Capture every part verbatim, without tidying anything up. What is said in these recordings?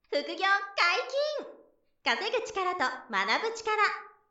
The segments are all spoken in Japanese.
副業解禁、稼ぐ力と学ぶ力。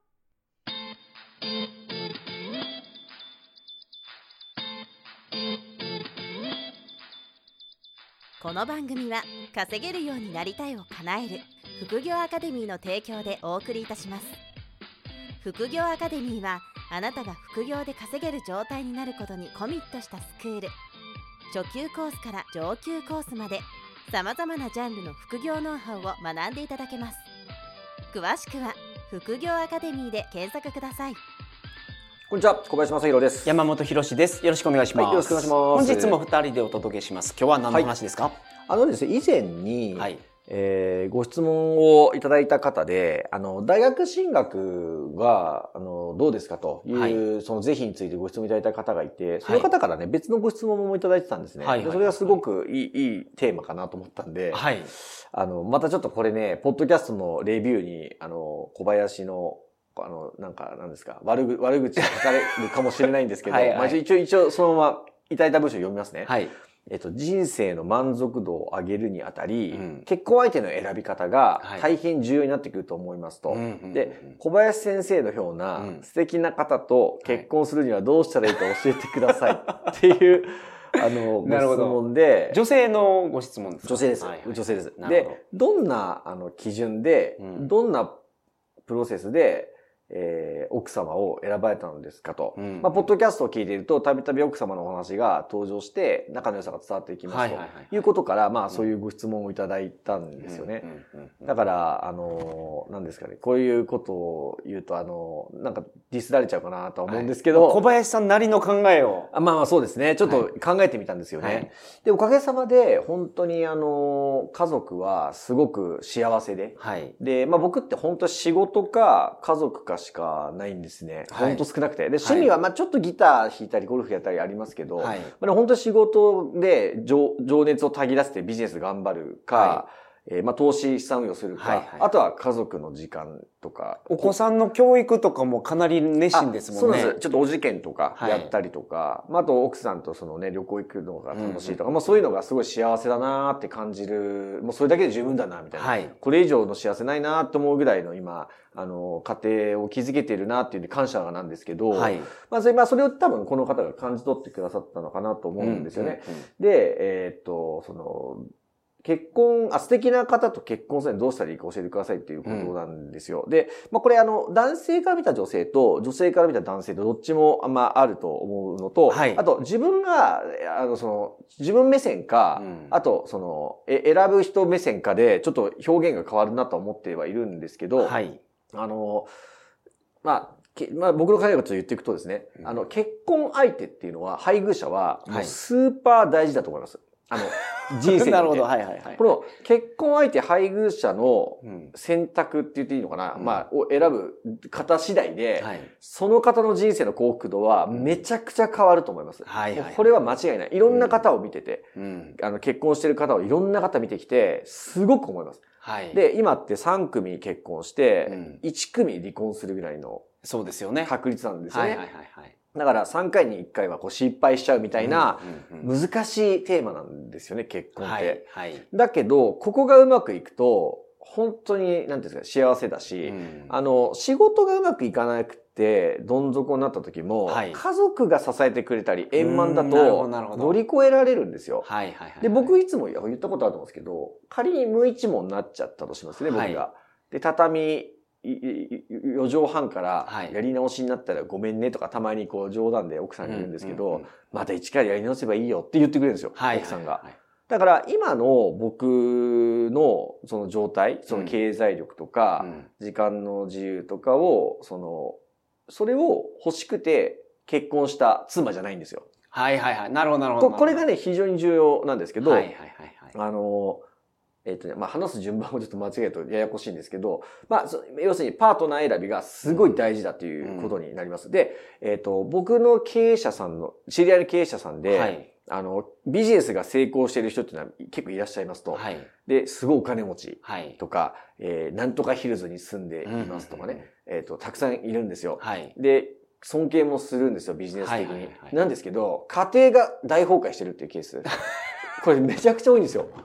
この番組は稼げるようになりたいを叶える副業アカデミーの提供でお送りいたします。副業アカデミーはあなたが副業で稼げる状態になることにコミットしたスクール。初級コースから上級コースまでさまざまなジャンルの副業ノウハウを学んでいただけます。詳しくは副業アカデミーで検索ください。 こんにちは、小林正弘です。 山本博史です。よろしくお願いします。 はい、よろしくお願いします。 本日もふたりでお届けします。今日は何の話ですか？はい、 あのですね、以前に、 はい、 えー、ご質問をいただいた方で、あの、大学進学が、あの、どうですかという、はい、その是非についてご質問いただいた方がいて、その方からね、はい、別のご質問もいただいてたんですね。はい、でそれがすごくいい、いいテーマかなと思ったんで、はい、あの、またちょっとこれね、ポッドキャストのレビューに、あの、小林の、あの、なんか、なんですか、悪ぐ、悪口書かれるかもしれないんですけど、はい、はい、まあ、一応、一応、そのままいただいた文章を読みますね。はい。えっと、人生の満足度を上げるにあたり、うん、結婚相手の選び方が大変重要になってくると思いますと。はい、で、小林先生のような素敵な方と結婚するにはどうしたらいいか教えてくださいっていう、あの、ご質問で。 女性のご質問ですか？ 女性です。はいはい、女性です。で、どんな、あの、基準で、うん、どんなプロセスで、えー、奥様を選ばれたのですかと。うん、まあ、ポッドキャストを聞いていると、たびたび奥様のお話が登場して、仲の良さが伝わっていきますということから、まあ、そういうご質問をいただいたんですよね。だから、あの、何ですかね、こういうことを言うと、あの、なんかディスられちゃうかなとは思うんですけど。 はい、小林さんなりの考えを。 あまあまあそうですね。ちょっと考えてみたんですよね。はいはい、で、おかげさまで、本当にあの、家族はすごく幸せで。はい、で、まあ僕って本当仕事か家族かしかないんですね。はい、本当少なくて。で、趣味はまあちょっとギター弾いたりゴルフやったりありますけど、はい、まあ本当仕事で 情, 情熱をたぎらせてビジネス頑張るか、はい、えー、まあ投資資産運用するか、はいはい、あとは家族の時間とか。 お子さんの教育とかもかなり熱心ですもんね。 そうなんです。ちょっとお受験とかやったりとか、はい、まああと奥さんとそのね、旅行行くのが楽しいとか、うんうん、まあそういうのがすごい幸せだなーって感じる、もうそれだけで十分だな、みたいな。はい、これ以上の幸せないなーと思うぐらいの今、あの、家庭を築けているなっていう感謝なんですけど、はい、まあそれ、まあそれを多分この方が感じ取ってくださったのかなと思うんですよね。うんうんうん、で、えー、っと、その、結婚、あ、素敵な方と結婚するにどうしたらいいか教えてくださいっていうことなんですよ。うん、で、まあこれあの、男性から見た女性と女性から見た男性とどっちもまああると思うのと、はい、あと自分が、あのその、自分目線か、うん、あとその、え、選ぶ人目線かでちょっと表現が変わるなと思ってはいるんですけど、はい、あの、まあ、まあ、僕の考えをちょっと言っていくとですね、うん、あの、結婚相手っていうのは、配偶者は、もうスーパー大事だと思います。はい、あの、人生に。 なるほど、はいはいはい。 この、結婚相手配偶者の選択って言っていいのかな、うん、まあ、を選ぶ方次第で、はい、その方の人生の幸福度はめちゃくちゃ変わると思います。はいはいはい、これは間違いない。いろんな方を見てて、うん、あの、結婚してる方をいろんな方見てきて、すごく思います。はい、で、今ってさん組結婚して、いち組離婚するぐらいのそうですよね。 確率なんですよね。はいはいはい、だからさんかいにいっかいはこう失敗しちゃうみたいな難しいテーマなんですよね、結婚って。はいはい、だけど、ここがうまくいくと、本当に、なんていうんですか、幸せだし、うん、あの、仕事がうまくいかなくて、どん底になった時も、はい、家族が支えてくれたり、円満だと乗り越えられるんですよ。はいはいはい、で、僕いつも言ったことあると思うんですけど、仮に無一文になっちゃったとしますね、僕が。はい、で、畳、よじはんからやり直しになったらごめんねとかたまにこう冗談で奥さんに言うんですけど、また一からやり直せばいいよって言ってくれるんですよ、奥さんが。だから今の僕のその状態、その経済力とか時間の自由とかを、その、それを欲しくて結婚した妻じゃないんですよ。 はいはいはい。なるほどなるほど。 これがね、非常に重要なんですけど、はいはいはいはい、あの、えっとね、まあ、話す順番をちょっと間違えるとややこしいんですけど、まあ、要するにパートナー選びがすごい大事だということになります。うん、で、えっと、僕の経営者さんの、知り合いの経営者さんで、はい、あの、ビジネスが成功している人っていうのは結構いらっしゃいますと。はい、で、すごいお金持ちとか、はい、えー、なんとかヒルズに住んでいますとかね、うん、えっと、たくさんいるんですよ。はい、で、尊敬もするんですよ、ビジネス的に。はいはいはい、なんですけど、家庭が大崩壊してるっていうケース。これめちゃくちゃ多いんですよ。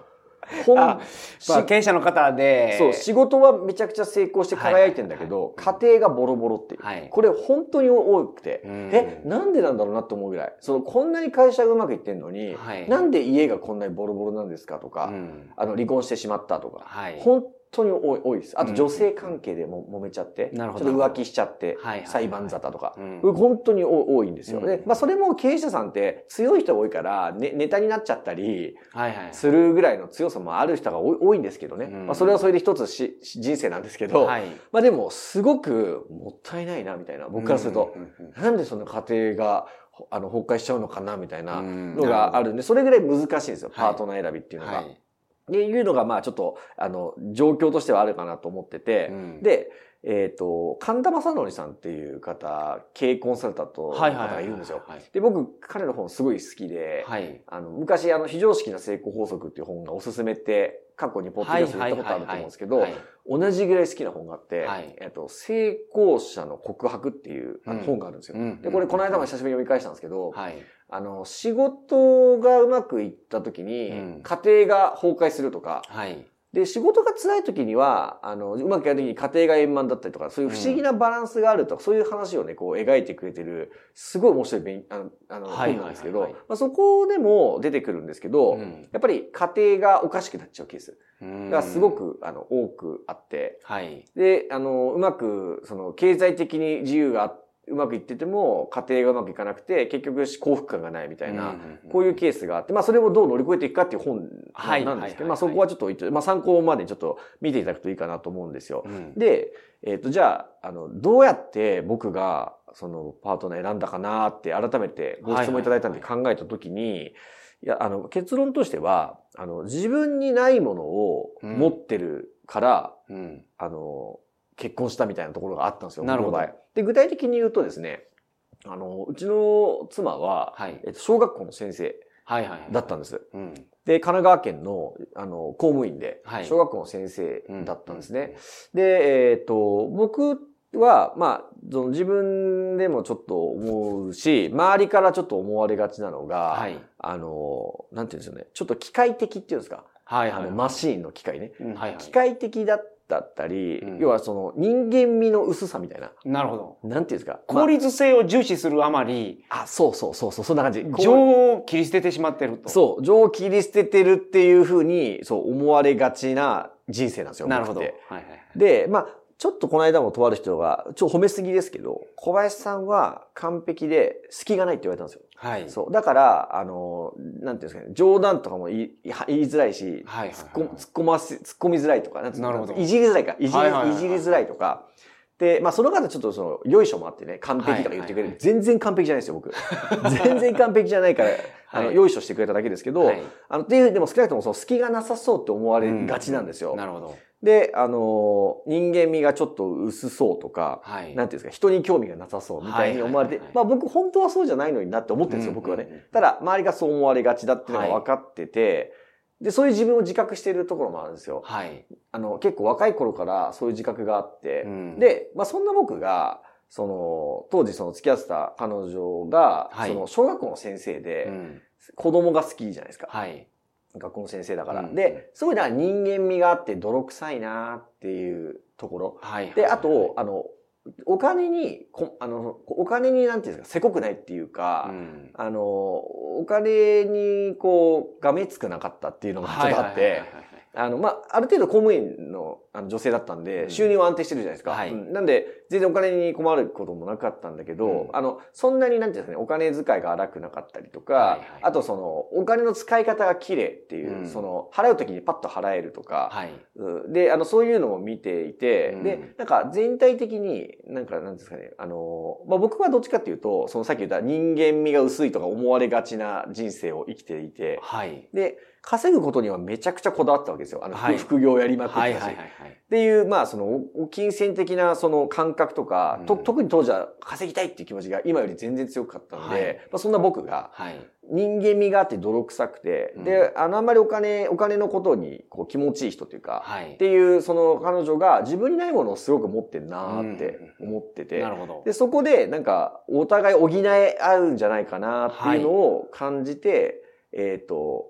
ほんあ、まあ、経営者の方で。 そう、仕事はめちゃくちゃ成功して輝いてんだけど、家庭がボロボロっていう。はい、これ本当に多くて、え、なんでなんだろうなって思うぐらい。その、こんなに会社がうまくいってんのに、はい、なんで家がこんなにボロボロなんですかとか、うん、あの、離婚してしまったとか、はい、本当に多い、多いです。あと女性関係でも揉めちゃって、うん、ちょっと浮気しちゃって、裁判沙汰とか、うん、本当に多いんですよ。うん、で、まあそれも経営者さんって強い人が多いから、ね、ネタになっちゃったりするぐらいの強さもある人が多いんですけどね。うん、まあそれはそれで一つし人生なんですけど、はい、まあでもすごくもったいないなみたいな、僕からすると、なんでその家庭があの崩壊しちゃうのかなみたいなのがあるんで、それぐらい難しいんですよ、パートナー選びっていうのが。はいはい、っていうのが、まあちょっと、あの、状況としてはあるかなと思ってて、うん、で、えっ、ー、と、神田正則さんっていう方、経営コンサルタントの方がいるんですよ。で、僕、彼の本すごい好きで、はい、あの、昔、あの、非常識な成功法則っていう本がおすすめって、過去にポッドキャストで言ったことあると思うんですけど、同じぐらい好きな本があって、はい、えっと、成功者の告白っていうあの本があるんですよ。うん、で、これこの間も久しぶりに読み返したんですけど、はい、あの、仕事がうまくいった時に、家庭が崩壊するとか、はい、で、仕事が辛い時には、あの、うまくやる時に家庭が円満だったりとか、そういう不思議なバランスがあるとか、うん、そういう話をね、こう描いてくれてる、すごい面白い勉あの、あの、本なんですけど、まあ、そこでも出てくるんですけど、うん、やっぱり家庭がおかしくなっちゃうケースがすごく、あの、多くあって、はい、で、あの、うまく、その、経済的に自由があって、うまくいってても、家庭がうまくいかなくて、結局幸福感がないみたいな、こういうケースがあって、まあそれをどう乗り越えていくかっていう本なんですけど、まあそこはちょっと置いて、まあ参考までちょっと見ていただくといいかなと思うんですよ。うん、で、えっと、じゃあ、あの、どうやって僕が、そのパートナー選んだかなって改めてご質問いただいたんで考えたときに、いや、あの、結論としては、あの、自分にないものを持ってるから、うん、あの、結婚したみたいなところがあったんですよ。なるほど。で、具体的に言うとですね、あの、うちの妻は、はい、えっと、小学校の先生だったんです。はいはいはい、うん、で、神奈川県の、あの、公務員で、小学校の先生だったんですね。はい、で、えっと、僕は、まあ、その自分でもちょっと思うし、周りからちょっと思われがちなのが、はい、あの、なんていうんですよね、ちょっと機械的っていうんですか。はいはいはい、あの、マシーンの機械ね。うんはいはい、機械的だっただったり、うん、要はその人間味の薄さみたいな。 なるほど。 なんていうんですか。 効率性を重視するあまり。 あ、そうそうそうそう、そんな感じ。 情を切り捨ててしまってると。 そう、情を切り捨ててるっていうふうに、そう思われがちな人生なんですよ。 なるほど。はいはいはい、で、まあ、ちょっとこの間もとある人が、ちょっと褒めすぎですけど、小林さんは完璧で隙がないって言われたんですよ。はい。そう。だから、あの、なんていうんですかね、冗談とかも言い、言いづらいし、はいはいはい、突っ込、突っ込ませ、突っ込みづらいとか、なんていうの、なるほど。いじりづらいか、いじり、はいはいはいはい、いじりづらいとか。で、まあその方ちょっとその、よいしょもあってね、完璧とか言ってくれる。はいはいはい、全然完璧じゃないですよ、僕。全然完璧じゃないから、あの、はい、よいしょしてくれただけですけど、はい、あの、っていう、でも少なくともその隙がなさそうって思われがちなんですよ。うん、なるほど。で、あの、人間味がちょっと薄そうとか、はい、なんていうんですか、人に興味がなさそうみたいに思われて、まあ僕本当はそうじゃないのになって思ってるんですよ、僕はね。ただ、周りがそう思われがちだっていうのが分かってて、で、そういう自分を自覚しているところもあるんですよ。はい、あの、結構若い頃からそういう自覚があって、うん、で、まあそんな僕が、その、当時その付き合ってた彼女が、はい、その小学校の先生で、うん、子供が好きじゃないですか。はい、学校の先生だから。うん、で、すごいな人間味があって泥臭いなっていうところ。はい、で、あと、あの、お金に、あの、お金になんていうんですか、せこくないっていうか、うん、あの、お金にこう、がめつくなかったっていうのがちょっとあって、あの、まあ、ある程度公務員のあの女性だったんで、収入は安定してるじゃないですか。はい、うん、なんで、全然お金に困ることもなかったんだけど、うん、あの、そんなになんていうんですかね、お金遣いが荒くなかったりとか、はいはい、あとその、お金の使い方が綺麗っていう、うん、その、払うときにパッと払えるとか、はい、で、あの、そういうのも見ていて、うん、で、なんか全体的に、なんか、なんですかね、あの、まあ、僕はどっちかっていうと、そのさっき言った人間味が薄いとか思われがちな人生を生きていて、はい、で、稼ぐことにはめちゃくちゃこだわったわけですよ。あの、はい、副業をやりまくってたし。はいはいはいはい、っていう、まあ、その、金銭的なその感覚とか、うん、と特に当時は稼ぎたいっていう気持ちが今より全然強かったので、はい、まあ、そんな僕が、人間味があって泥臭くて、はい、で、あの、あんまりお金、お金のことにこう気持ちいい人というか、はい、っていう、その彼女が自分にないものをすごく持ってるなーって思ってて、うん、なるほど。で、そこでなんか、お互い補い合うんじゃないかなっていうのを感じて、はい、えっと、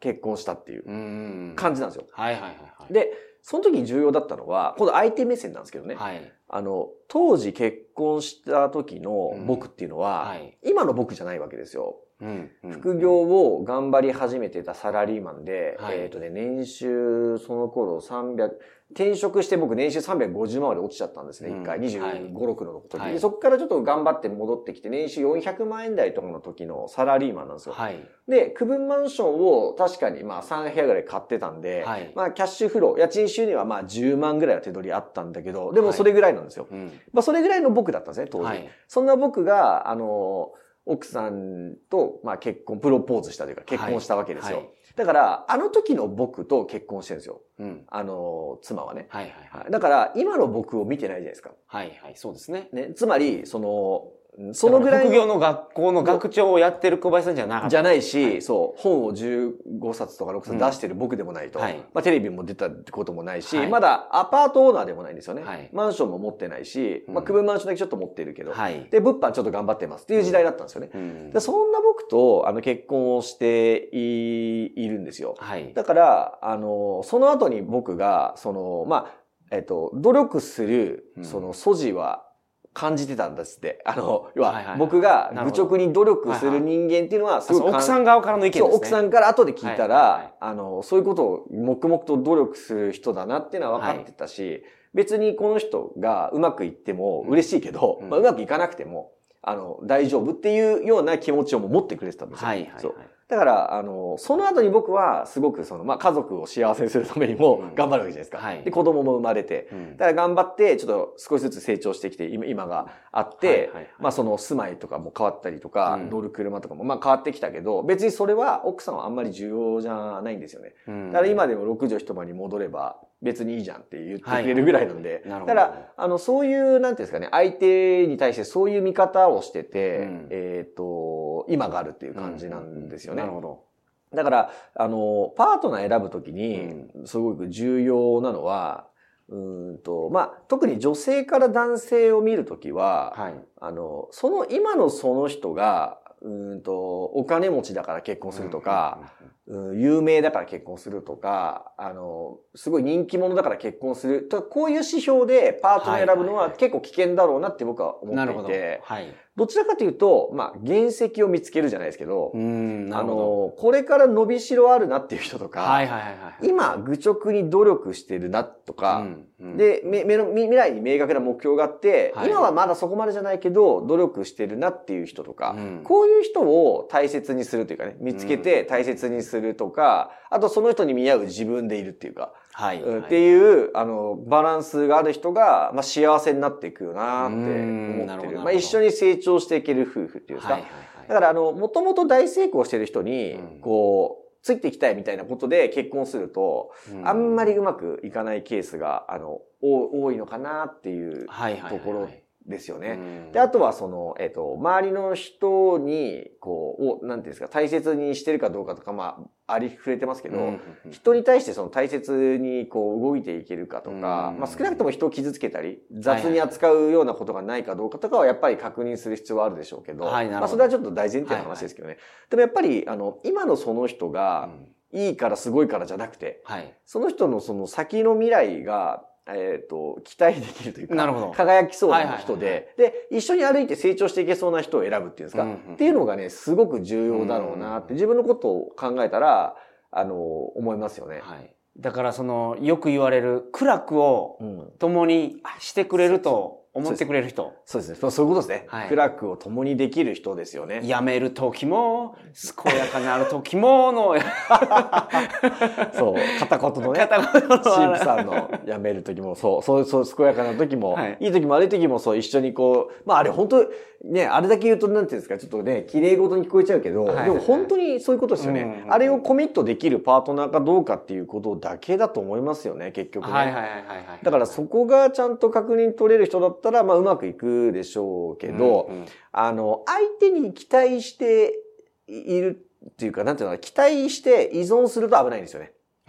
結婚したっていう感じなんですよ。 はいはいはいはい。 で、その時に重要だったのは、今度相手目線なんですけどね。はい。あの、当時結婚した時の僕っていうのは、うんはい、今の僕じゃないわけですよ。うんうん、副業を頑張り始めてたサラリーマンで、はい、えっとね、年収その頃さんびゃく、転職して僕年収さんびゃくごじゅうまんまで落ちちゃったんですね、一、うん、回。にじゅうご、ろくの時、はい、そこからちょっと頑張って戻ってきて、年収よんひゃくまんえん台とかの時のサラリーマンなんですよ。はい、で、区分マンションを確かにまあさん部屋ぐらい買ってたんで、はい、まあキャッシュフロー、家賃収入はまあじゅうまんぐらいは手取りあったんだけど、でもそれぐらいなんですよ。はいうん、まあそれぐらいの僕だったんですね、当時。はい、そんな僕が、あの、奥さんと、まあ結婚、プロポーズしたというか結婚したわけですよ。はいはい、だから、あの時の僕と結婚してるんですよ。うん、あの、妻はね。はいはいはい。だから、今の僕を見てないじゃないですか。はいはい、そうですね。ね、つまり、その、そのぐらいの。副業の学校の学長をやってる小林さんじゃなかった。じゃないし、はい、そう、本をじゅうごさつとかろくさつ出してる僕でもないと。うんはい、まあテレビも出たこともないし、はい、まだアパートオーナーでもないんですよね。はい、マンションも持ってないし、まあ区分マンションだけちょっと持ってるけど、はい、で、物販ちょっと頑張ってますっていう時代だったんですよね。うん、でそんな僕と、あの、結婚をしてい、いるんですよ。はい、だから、あの、その後に僕が、その、まあ、えっと、努力する、その素地は、感じてたんですって。あの、要は、僕が愚直に努力する人間っていうのはすごく、 奥さん側からの意見ですね。 そう、奥さんから後で聞いたら、あの、そういうことを黙々と努力する人だなっていうのは分かってたし、別にこの人がうまくいっても嬉しいけど、まあ、うまくいかなくても、あの、大丈夫っていうような気持ちを持ってくれてたんですよ。はいはいはい。そうだから、あの、その後に僕はすごくその、まあ、家族を幸せにするためにも頑張るわけじゃないですか。うんはい、で、子供も生まれて。うん、だから頑張って、ちょっと少しずつ成長してきて、今、今があって、はいはいはい、まあ、その住まいとかも変わったりとか、うん、乗る車とかもまあ変わってきたけど、別にそれは奥さんはあんまり重要じゃないんですよね。うん、だから今でも六畳一間に戻れば、別にいいじゃんって言ってくれるぐらいなんで。はい、だから、あの、そういう、なんていうんですかね、相手に対してそういう見方をしてて、うん、えっと、今があるっていう感じなんですよね。うん、なるほど。だから、あの、パートナー選ぶときに、すごく重要なのは、うんと、まあ、特に女性から男性を見るときは、はい、あの、その、今のその人が、うんと、お金持ちだから結婚するとか、うん、有名だから結婚するとか、あの、すごい人気者だから結婚するとか、こういう指標でパートナー選ぶのは結構危険だろうなって僕は思っていて、はい、どちらかというと、まあ、原石を見つけるじゃないですけど、うんあの、これから伸びしろあるなっていう人とか、はいはいはいはい、今、愚直に努力してるなとか、うんうん、で、目の、未来に明確な目標があって、はい、今はまだそこまでじゃないけど、努力してるなっていう人とか、うん、こういう人を大切にするというかね、見つけて大切にするとか、あとその人に見合う自分でいるっていうか、はい、っていう、あの、バランスがある人が、まあ、幸せになっていくよなって思ってる。まあ、一緒に成長していける夫婦っていうんですか。はいはいはい、だから、あの、もともと大成功してる人に、こう、ついていきたいみたいなことで結婚すると、あんまりうまくいかないケースが、あの、多いのかなっていうところですよね。で、あとはその、えっと、周りの人に、こう、なんていうんですか、大切にしてるかどうかとか、まあ、ありふれてますけど、うんうんうん、人に対してその大切にこう動いていけるかとか、うんうん、まあ少なくとも人を傷つけたり、雑に扱うようなことがないかどうかとかはやっぱり確認する必要はあるでしょうけど、はい、まあそれはちょっと大前提の話ですけどね。はいはい、でもやっぱり、あの、今のその人が、いいからすごいからじゃなくて、はい、その人のその先の未来が、えっと、期待できるというか、なるほど輝きそうな人で、はいはいはい、で、一緒に歩いて成長していけそうな人を選ぶっていうんですか、うんうん、っていうのがね、すごく重要だろうなって、自分のことを考えたら、あの、思いますよね。はい。 だからその、よく言われる、苦楽を共にしてくれると、思ってくれる人。 そうですね。そういうことですね。はい、苦楽を共にできる人ですよね。 辞める時も、健やかになる時もの。 そう、片言のね。片言の。シープさんの辞める時も、そう、そう、そう、健やかな時も、はい、いい時も悪い時も、そう、一緒にこう、まああれ本当ね、あれだけ言うとなんていうんですか、ちょっとね、綺麗事に聞こえちゃうけど、はいはいはい、でも本当にそういうことですよね、うんうんうん。あれをコミットできるパートナーかどうかっていうことだけだと思いますよね、結局ね。はいはいはいはい。だからそこがちゃんと確認取れる人だったら、まあうまくいくでしょうけど、うんうん、あの、相手に期待しているっていうか、なんていうのかな、期待して依存すると危ないんですよね。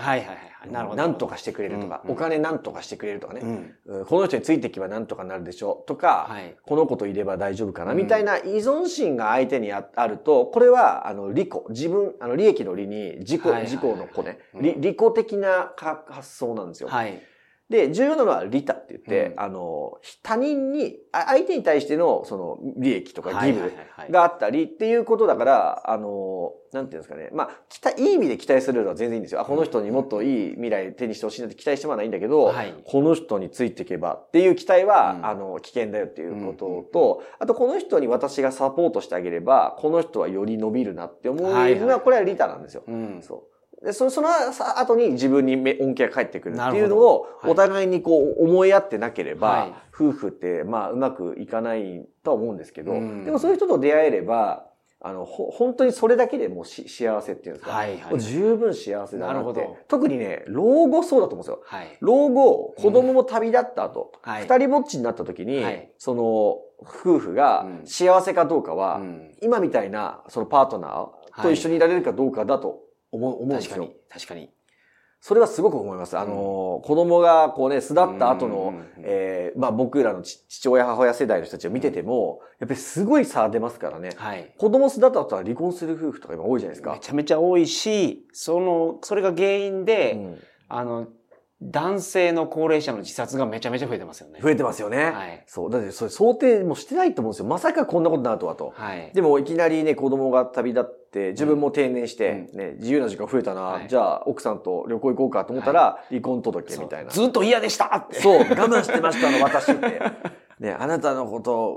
はいはいはい。なるほど。 なんとかしてくれるとか、 うんうん、 お金なんとかしてくれるとかね、 うん、 この人についていけばなんとかなるでしょとか、はい、この子といれば大丈夫かな、みたいな依存心が相手に あ, あると、これは、あの、利己、自分、あの、利益の利に、自己、自己の子ね、うん、利、利己的な発想なんですよ。はい。で、重要なのは利他って言って、うん、あの、他人に、相手に対しての、その、利益とか義務があったりっていうことだから、あの、なんていうんですかね。まあ、期待、いい意味で期待するのは全然いいんですよ。あ、この人にもっといい未来手にしてほしいなって期待してもないいんだけど、はい、この人についていけばっていう期待は、うん、あの、危険だよっていうことと、うん、あと、この人に私がサポートしてあげれば、この人はより伸びるなって思うのは、はいはい、これは利他なんですよ。うん、そう。で、その後に自分に恩恵が返ってくるっていうのを、お互いにこう思い合ってなければ、はい、夫婦ってまあうまくいかないとは思うんですけど、うん、でもそういう人と出会えれば、あの、ほ、本当にそれだけでもうし幸せっていうんですか、はいはい、十分幸せだなって。なるほど。特にね、老後そうだと思うんですよ。はい、老後、子供も旅立った後、うん、二人ぼっちになった時に、はい、その、夫婦が幸せかどうかは、うん、今みたいなそのパートナーと一緒にいられるかどうかだと思う、思うんですよ。確かに、確かに。それはすごく思います。あの、うん、子供がこうね、巣立った後の、えー、まあ僕らの父親、母親世代の人たちを見てても、やっぱりすごい差出ますからね。はい。子供巣立った後は離婚する夫婦とか今多いじゃないですか。 めちゃめちゃ多いし、その、それが原因で、うん、あの、男性の高齢者の自殺がめちゃめちゃ増えてますよね。 増えてますよね。はい。そう。だってそれ想定もしてないと思うんですよ。まさかこんなことになるとはと。はい。でもいきなりね、子供が旅立って、自分も定年して、うん、ね、自由な時間増えたな、はい、じゃあ奥さんと旅行行こうかと思ったら、はい、離婚届みたいな。 ずっと嫌でしたって。 そう。我慢してましたの、私って。ね、あなたのこと、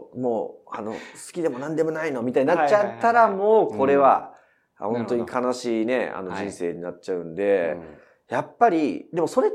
もう、あの、好きでも何でもないのみたいになっちゃったら、もう、これは、うん、本当に悲しいね、あの人生になっちゃうんで、はいうんやっぱり、でもそれって、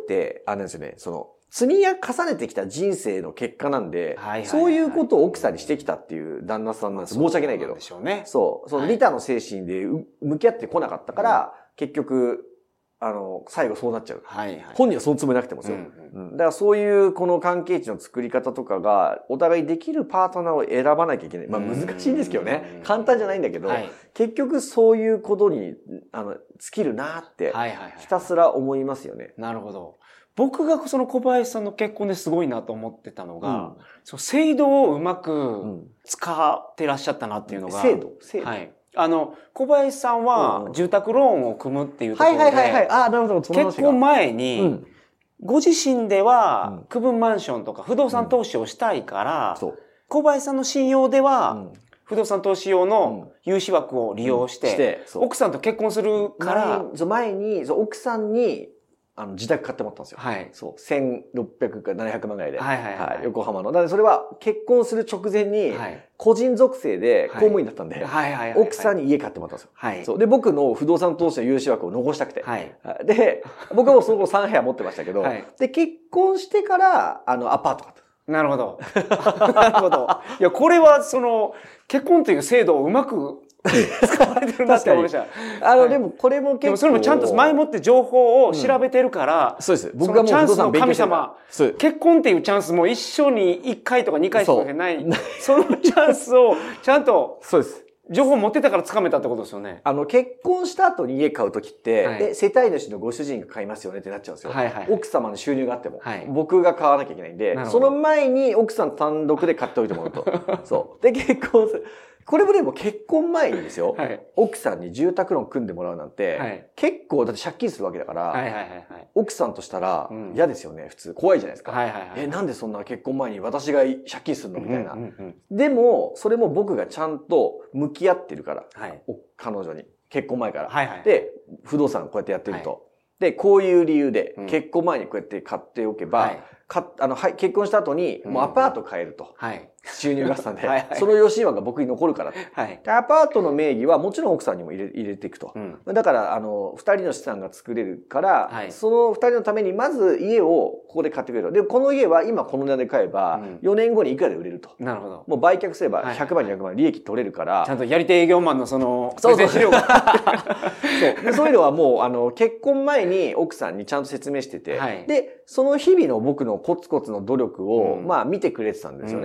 あれなんですよね、その、積み重ねてきた人生の結果なんで、そういうことを奥さんにしてきたっていう旦那さんなんです。申し訳ないけど。そうでしょうね。そう。その利他の精神で向き合ってこなかったから、結局、あの、最後そうなっちゃう。はいはい、本人はそのつもりなくてもですよ、うんうん。だからそういうこの関係値の作り方とかが、お互いできるパートナーを選ばなきゃいけない。まあ難しいんですけどね。簡単じゃないんだけど、はい、結局そういうことに、あの、尽きるなって、ひたすら思いますよね。はいはいはい、 なるほど。僕がその小林さんの結婚ですごいなと思ってたのが、うん、その制度をうまく使ってらっしゃったなっていうのが。 制度制度はい。あの、小林さんは住宅ローンを組むっていうところで、はいはいはいはい。ああ、なるほど。結婚前に、うん、ご自身では区分マンションとか不動産投資をしたいから、うん、小林さんの信用では、うん不動産投資用の融資枠を利用して、うんして、奥さんと結婚するから、 前に、奥さんに、あの、自宅買ってもらったんですよ。はい。そう。せんろっぴゃくかななひゃくまんぐらいで。はいはいはい、はい。横浜の。だからそれは結婚する直前に、個人属性で公務員だったんで、はいはいはい、奥さんに家買ってもらったんですよ。はい。そう。で、僕の不動産投資の融資枠を残したくて。はい。で、僕はもうその後さん部屋持ってましたけど、はい。で、結婚してから、あの、アパート買った。 なるほど。なるほど。いや、これは、その、結婚という制度をうまく使われてるなって思いました。 あの、はい、でもこれも結構。でもそれもちゃんと前もって情報を調べてるから、 うん、そうです。僕がもうチャンスの神様。結婚っていうチャンスも一生にいっかいとかにかいしかない。そ, そのチャンスをちゃんと。 そうです。 情報持ってたから掴めたってことですよね。 あの、結婚した後に家買うときって、はい、え、世帯主のご主人が買いますよねってなっちゃうんですよ。はいはいはい、奥様の収入があっても、はい。僕が買わなきゃいけないんで、その前に奥さん単独で買っておいてもらうと。そう。で、結婚する。これもでも結婚前にですよ、はい、奥さんに住宅ローン組んでもらうなんて、はい、結構だって借金するわけだから、はいはいはいはい、奥さんとしたら嫌ですよね、うん、普通。怖いじゃないですか、はいはいはい。え、なんでそんな結婚前に私が借金するのみたいな、うんうんうん。でも、それも僕がちゃんと向き合ってるから、はい、彼女に。結婚前から、はいはい。で、不動産こうやってやってると。はい、で、こういう理由で、うん、結婚前にこうやって買っておけば、はいかあのはい、結婚した後に、もうアパート買えると。うん、はい。収入合算で。はいはい、その余震枠が僕に残るから。はい。で、アパートの名義はもちろん奥さんにも入れ入れていくと。うん、だから、あの、二人の資産が作れるから、はい、その二人のためにまず家をここで買ってくれると。で、この家は今この値段で買えば、よねんごにいくらで売れると。なるほど。もう売却すればひゃくまん、にひゃくまん利益取れるから。 ちゃんとやり手営業マンのその、そうそう資料が。 そうで。そういうのはもう、あの、結婚前に奥さんにちゃんと説明してて、はい、で、その日々の僕のコツコツの努力を、うん、まあ見てくれてたんですよね。うんうん、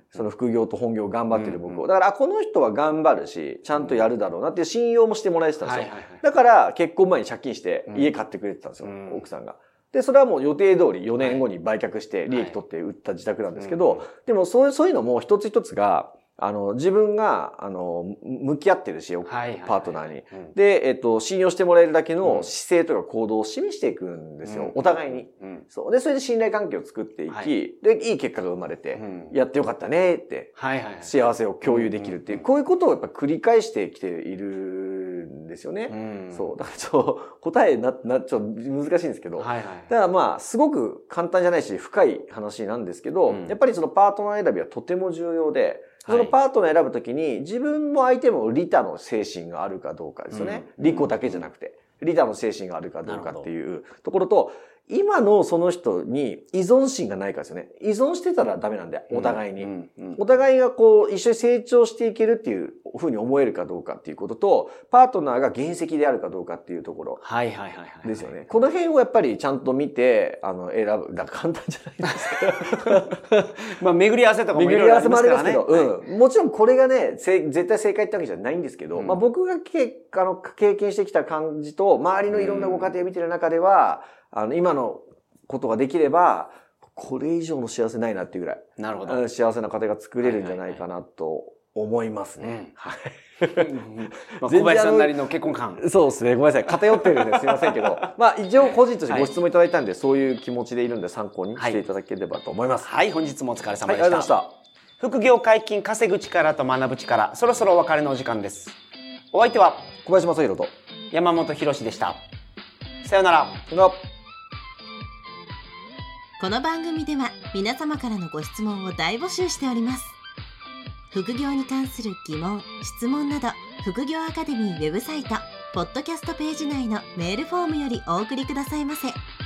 その副業と本業頑張ってる僕を。だからこの人は頑張るし、ちゃんとやるだろうなっていう信用もしてもらえてたんですよ。だから結婚前に借金して家買ってくれてたんですよ、奥さんが。で、それはもう予定通りよねんごに売却して利益取って売った自宅なんですけど、でもそういう、そういうのも一つ一つが、あの、自分が、あの、向き合ってるし、パートナーに。で、えっと、信用してもらえるだけの姿勢とか行動を示していくんですよ。お互いに。そう。で、それで信頼関係を作っていき、で、いい結果が生まれて、やってよかったねって、幸せを共有できるっていう、こういうことをやっぱ繰り返してきているんですよね。そう。だからちょっと、答えな、な、ちょっと難しいんですけど、だからまあ、すごく簡単じゃないし、深い話なんですけど、やっぱりそのパートナー選びはとても重要で、そのパートナー選ぶときに自分も相手も利他の精神があるかどうかですよね。利己だけじゃなくて、利他の精神があるかどうかっていうところと、今のその人に依存心がないかですよね。依存してたらダメなんで、お互いに。うんうんうん、お互いがこう、一緒に成長していけるっていうふうに思えるかどうかっていうことと、パートナーが原石であるかどうかっていうところ。 はいはいはいはい。 ですよね。この辺をやっぱりちゃんと見て、あの、選ぶ。だから簡単じゃないですか。 まあ、巡り合わせとかもいろいろありますからね。 巡り合わせもありますけど、うん。もちろんこれがね、絶対正解ってわけじゃないんですけど、うん、まあ僕がけあの経験してきた感じと、周りのいろんなご家庭を見てる中では、うん、あの、今のことができれば、これ以上の幸せないなっていうぐらい。 なるほど。 幸せな家庭が作れるんじゃないかなと思いますね。はい。 まあ、小林さんなりの結婚観。 そうですね。ごめんなさい。偏ってるんですいませんけど。まあ、一応個人としてご質問いただいたんで、はい、そういう気持ちでいるんで参考にしていただければと思います。 はい。はい、本日もお疲れ様でした。はい、 ありがとうございました。 副業解禁、稼ぐ力と学ぶ力。そろそろお別れのお時間です。お相手は小林正弘と山本博でした。さようなら。 さようなら。 この番組では皆様からのご質問を大募集しております。副業に関する疑問・質問など、副業アカデミーウェブサイト、ポッドキャストページ内のメールフォームよりお送りくださいませ。